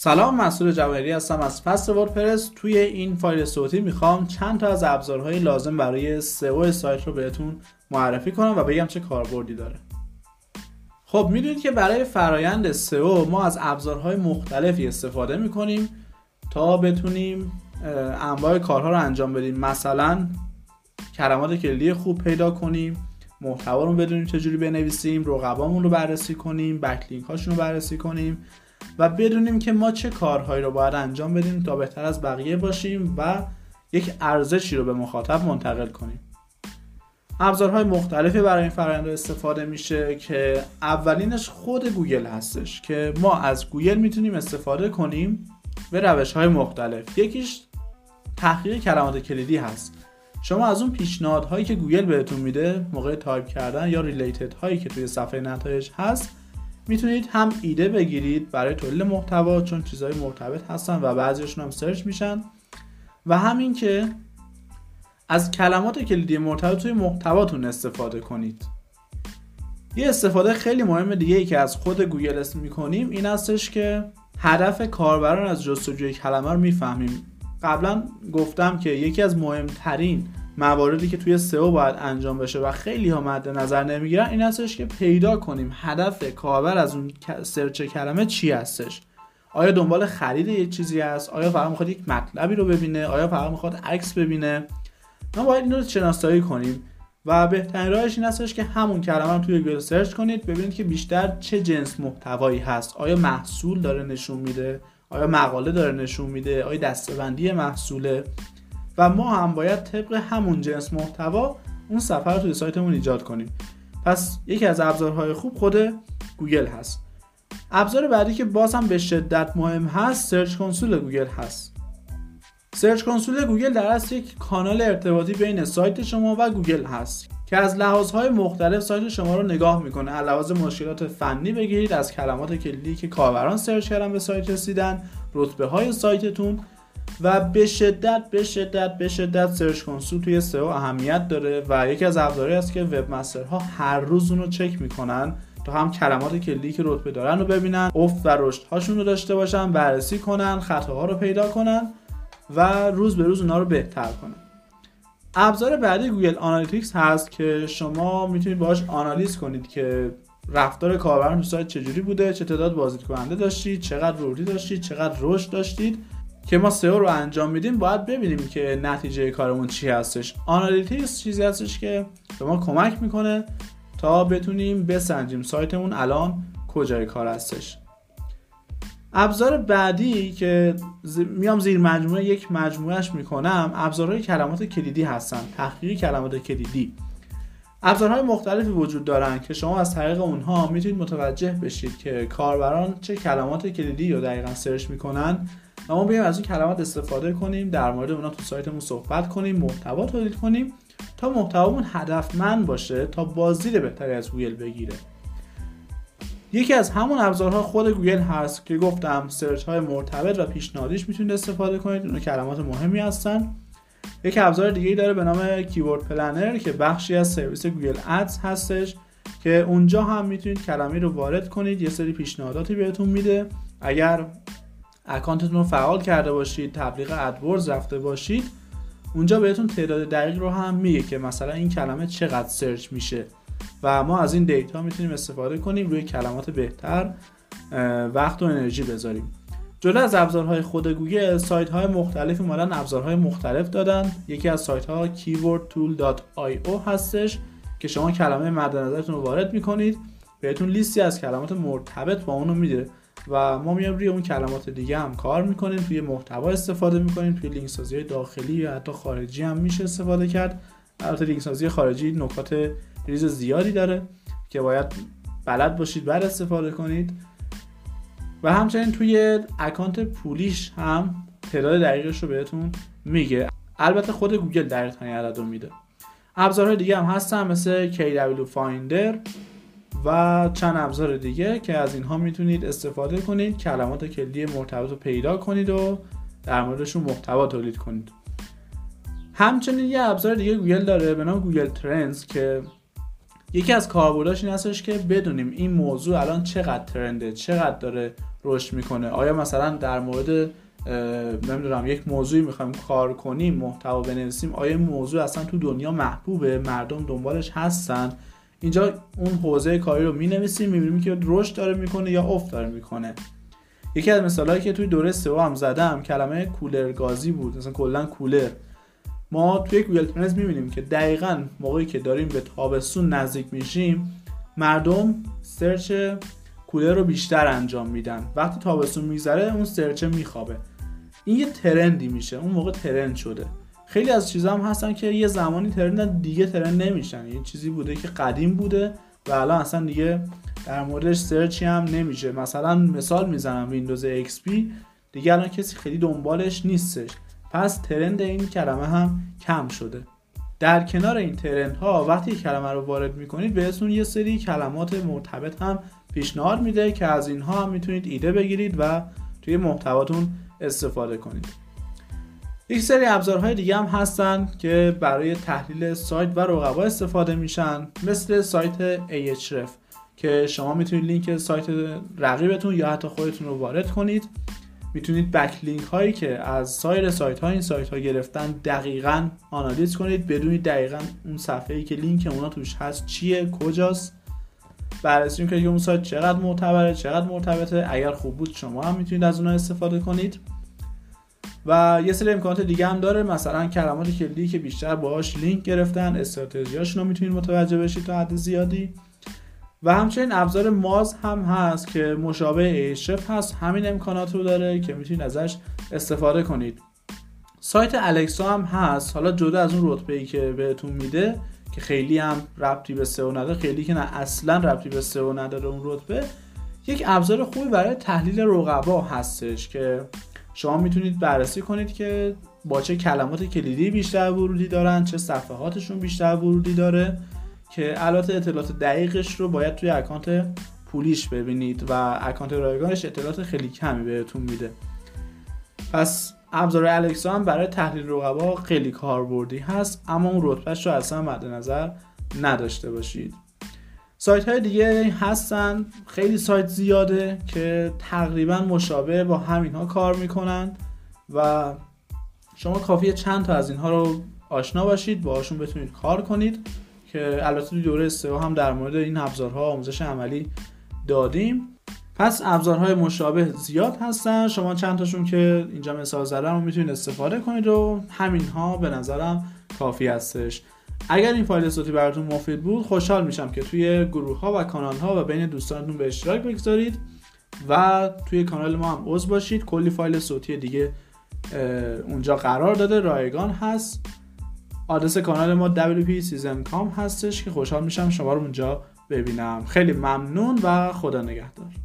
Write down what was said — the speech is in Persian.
سلام، مسعود جواهری هستم از فصل وردپرس. توی این فایل صوتی میخوام چند تا از ابزارهای لازم برای سئو سایت رو بهتون معرفی کنم و بگم چه کاربردی داره. خب میدونید که برای فرایند سئو ما از ابزارهای مختلفی استفاده میکنیم تا بتونیم انواع کارها رو انجام بدیم. مثلا کلمات کلیدی خوب پیدا کنیم، محتوا رو بدونیم چجوری بنویسیم، رقبامون رو بررسی کنیم، بکلینک هاشون رو بررسی کنیم و بدونیم که ما چه کارهایی رو باید انجام بدیم تا بهتر از بقیه باشیم و یک ارزشی رو به مخاطب منتقل کنیم. ابزارهای مختلفی برای این فرآیند استفاده میشه که اولینش خود گوگل هستش که ما از گوگل میتونیم استفاده کنیم به روش‌های مختلف. یکیش تحقیق کلمات کلیدی هست. شما از اون پیشنهادهایی که گوگل بهتون میده موقع تایپ کردن یا ریلیتد هایی که توی صفحه نتایج هست میتونید هم ایده بگیرید برای تولید محتوا، چون چیزهای مرتبط هستن و بعضیشون هم سرچ میشن، و همین که از کلمات کلیدی مرتبط توی محتواتون استفاده کنید. یه استفاده خیلی مهم دیگه ای که از خود گوگل میکنیم این هستش که هدف کاربران از جستجوی کلمه رو میفهمیم. قبلا گفتم که یکی از مهمترین مواردی که توی سئو باید انجام بشه و خیلی ها مد نظر نمیگیرن این هستش که پیدا کنیم هدف کاربر از اون سرچ کلمه چی هستش. آیا دنبال خرید یک چیزی است؟ آیا فقط میخواد یک مطلبی رو ببینه؟ آیا فقط میخواد عکس ببینه؟ ما باید این رو شناسایی کنیم و بهترین راهش این هستش که همون کلمه رو توی گوگل سرچ کنید، ببینید که بیشتر چه جنس محتوایی هست. آیا محصول داره نشون میده؟ آیا مقاله داره نشون میده؟ آیا دسته‌بندی محصوله؟ و ما هم باید طبق همون جنس محتوا اون صفحه رو توی سایتمون ایجاد کنیم. پس یکی از ابزارهای خوب خود گوگل هست. ابزار بعدی که باز هم به شدت مهم هست سرچ کنسول گوگل هست. سرچ کنسول گوگل در اصل یک کانال ارتباطی بین سایت شما و گوگل هست که از لحاظهای مختلف سایت شما رو نگاه میکنه. از لحاظ مشکلات فنی بگیرید، از کلمات کلیدی که کاربران سرچ کردن به سایت رسیدن، رتبه های سایتتون، و به شدت سرچ کنسول توی سئو اهمیت داره و یکی از ابزارهایی است که وب مسترها هر روز اون رو چک میکنن تا هم کلمات کلیدی که رتبه دارن رو ببینن، افت و رشد هاشون رو داشته باشن، بررسی کنن، خطاها رو پیدا کنن و روز به روز اونا رو بهتر کنن. ابزار بعدی گوگل آنالیتیکس هست که شما میتونید باهاش آنالیز کنید که رفتار کاربران تو سایت چجوری بوده، چه تعداد بازدید کننده داشتید، چقدر ورودی داشتید، چقدر رشد داشتید. که ما سئو رو انجام میدیم باید ببینیم که نتیجه کارمون چی هستش. آنالیتیکس چیزی هستش که به ما کمک میکنه تا بتونیم بسنجیم سایتمون الان کجای کار هستش. ابزار بعدی که میام زیر مجموعه یک مجموعهش میکنم ابزارهای کلمات کلیدی هستن. تحقیق کلمات کلیدی. ابزارهای مختلفی وجود دارن که شما از طریق اونها میتونید متوجه بشید که کاربران چه کلمات کلیدی رو دقیقاً سرچ میکنن و ما بیایم از این کلمات استفاده کنیم، در مورد اونها تو سایتمون صحبت کنیم، محتوا تولید کنیم تا محتوامون هدفمند باشه، تا بازدید بهتری از گوگل بگیره. یکی از همون ابزارها خود گوگل هست که گفتم سرچ های مرتبط و پیشنهادیش میتونید استفاده کنید. اون کلمات مهمی هستن. یک ابزار دیگه‌ای داره به نام کیورد پلنر که بخشی از سرویس گوگل ادز هستش که اونجا هم میتونید کلمه رو وارد کنید، یه سری پیشنهاداتی بهتون میده. اگر اکانتتون رو فعال کرده باشید، تبلیغ ادورز رفته باشید، اونجا بهتون تعداد دقیق رو هم میگه که مثلا این کلمه چقدر سرچ میشه و ما از این دیتا میتونیم استفاده کنیم روی کلمات بهتر وقت و انرژی بذاریم. جدا از ابزارهای خود گوگل، سایت های مختلفی اومدن ابزارهای مختلف دادن. یکی از سایت ها keywordtool.io هستش که شما کلمه مد نظرتون رو وارد میکنید، بهتون لیستی از کلمات مرتبط با اون رو میده و ما میام روی اون کلمات دیگه هم کار میکنیم، توی محتوا استفاده میکنیم، توی لینک سازی داخلی یا حتی خارجی هم میشه استفاده کرد. البته لینک سازی خارجی نکات ریز زیادی داره که باید بلد باشید بعد استفاده کنید و همچنین توی اکانت پولیش هم تعداد دقیقش رو بهتون میگه. البته خود گوگل دقیق ترین عدد رو میده. ابزارهای دیگه هم هستن مثل KW Finder و چند ابزار دیگه که از اینها میتونید استفاده کنید، کلمات کلیدی مرتبط رو پیدا کنید و در موردشون محتوا تولید کنید. همچنین یه ابزار دیگه گوگل داره به نام گوگل ترندز که یکی از کاربرداش این هستش که بدونیم این موضوع الان چقدر ترنده، چقدر داره رشد میکنه. آیا مثلا در مورد نمیدونم یک موضوعی میخوایم کار کنیم، محتوا بنویسیم، آیا این موضوع اصلا تو دنیا محبوبه، مردم دنبالش هستن؟ اینجا اون حوزه کاری رو مینویسیم، میبینیم که رشد داره میکنه یا افت داره میکنه. یکی از مثالایی که توی دوره سئو هم زدم کلمه کولرگازی بود، مثلا کلا کولر. ما توی گوگل ترندز میبینیم که دقیقاً موقعی که داریم به تابستون نزدیک میشیم مردم سرچ کولر رو بیشتر انجام میدن، وقتی تابستون میگذره اون سرچ میخوابه. این یه ترندی میشه، اون موقع ترند شده. خیلی از چیزا هم هستن که یه زمانی ترند دیگه ترند نمیشن، یه چیزی بوده که قدیم بوده و الان اصلا دیگه در موردش سرچی هم نمیشه. مثلا مثال میزنم ویندوز XP دیگه الان کسی خیلی دنبالش نیستش، پس ترند این کلمه هم کم شده. در کنار این ترند ها وقتی کلمه رو وارد میکنید بهتون یه سری کلمات مرتبط هم پیشنهاد میده که از اینها هم میتونید ایده بگیرید و توی محتواتون استفاده کنید. یک سری ابزارهای دیگه هم هستن که برای تحلیل سایت و رقبا استفاده میشن، مثل سایت Ahref که شما میتونید لینک سایت رقیبتون یا حتی خودتون رو وارد کنید. میتونید بک لینک هایی که از سایر سایت ها این سایت ها گرفتن دقیقاً آنالیز کنید، بدونید دقیقاً اون صفحه‌ای که لینک اونا توش هست چیه، کجاست، بررسی کنید که اون سایت چقدر معتبره، چقدر مرتبطه. اگر خوب بود شما هم میتونید از اونها استفاده کنید. و یه سری امکانات دیگه هم داره، مثلا کلمات کلیدی که بیشتر باهاش لینک گرفتن، استراتژیاشون رو میتونید متوجه بشید تا حد زیادی. و همچنین ابزار ماز هم هست که مشابه Ahref هست، همین امکانات رو داره که میتونید ازش استفاده کنید. سایت الکسا هم هست، حالا جدا از اون رتبه‌ای که بهتون میده که خیلی هم ربطی به سئو نداره، خیلی که نه اصلا ربطی به سئو نداره اون رتبه، یک ابزار خوبی برای تحلیل رقبا هستش که شما میتونید بررسی کنید که با چه کلمات کلیدی بیشتر ورودی دارن، چه صفحاتشون بیشتر ورودی داره، که البته اطلاعات دقیقش رو باید توی اکانت پولیش ببینید و اکانت رایگانش اطلاعات خیلی کمی بهتون میده. پس ابزار الکسا هم برای تحلیل رقبا خیلی کاربردی هست، اما اون رتبهش رو اصلا مد نظر نداشته باشید. سایت های دیگه هستن، خیلی سایت زیاده که تقریبا مشابه با همین ها کار میکنن و شما کافیه چند تا از اینها رو آشنا باشید، باهاشون بتونید کار کنید، که البته توی دوره سئو هم در مورد این ابزارها آموزش عملی دادیم. پس ابزارهای مشابه زیاد هستن، شما چند تاشون که اینجا مثال زدم رو میتونید استفاده کنید و همین ها به نظرم کافی هستش. اگر این فایل صوتی براتون مفید بود خوشحال میشم که توی گروه ها و کانال ها و بین دوستانتون به اشتراک بگذارید و توی کانال ما هم عضو باشید. کلی فایل صوتی دیگه اونجا قرار داده، رایگان هست. آدرس کانال ما wpseason.com هستش که خوشحال میشم شما رو اونجا ببینم. خیلی ممنون و خدا نگهدار.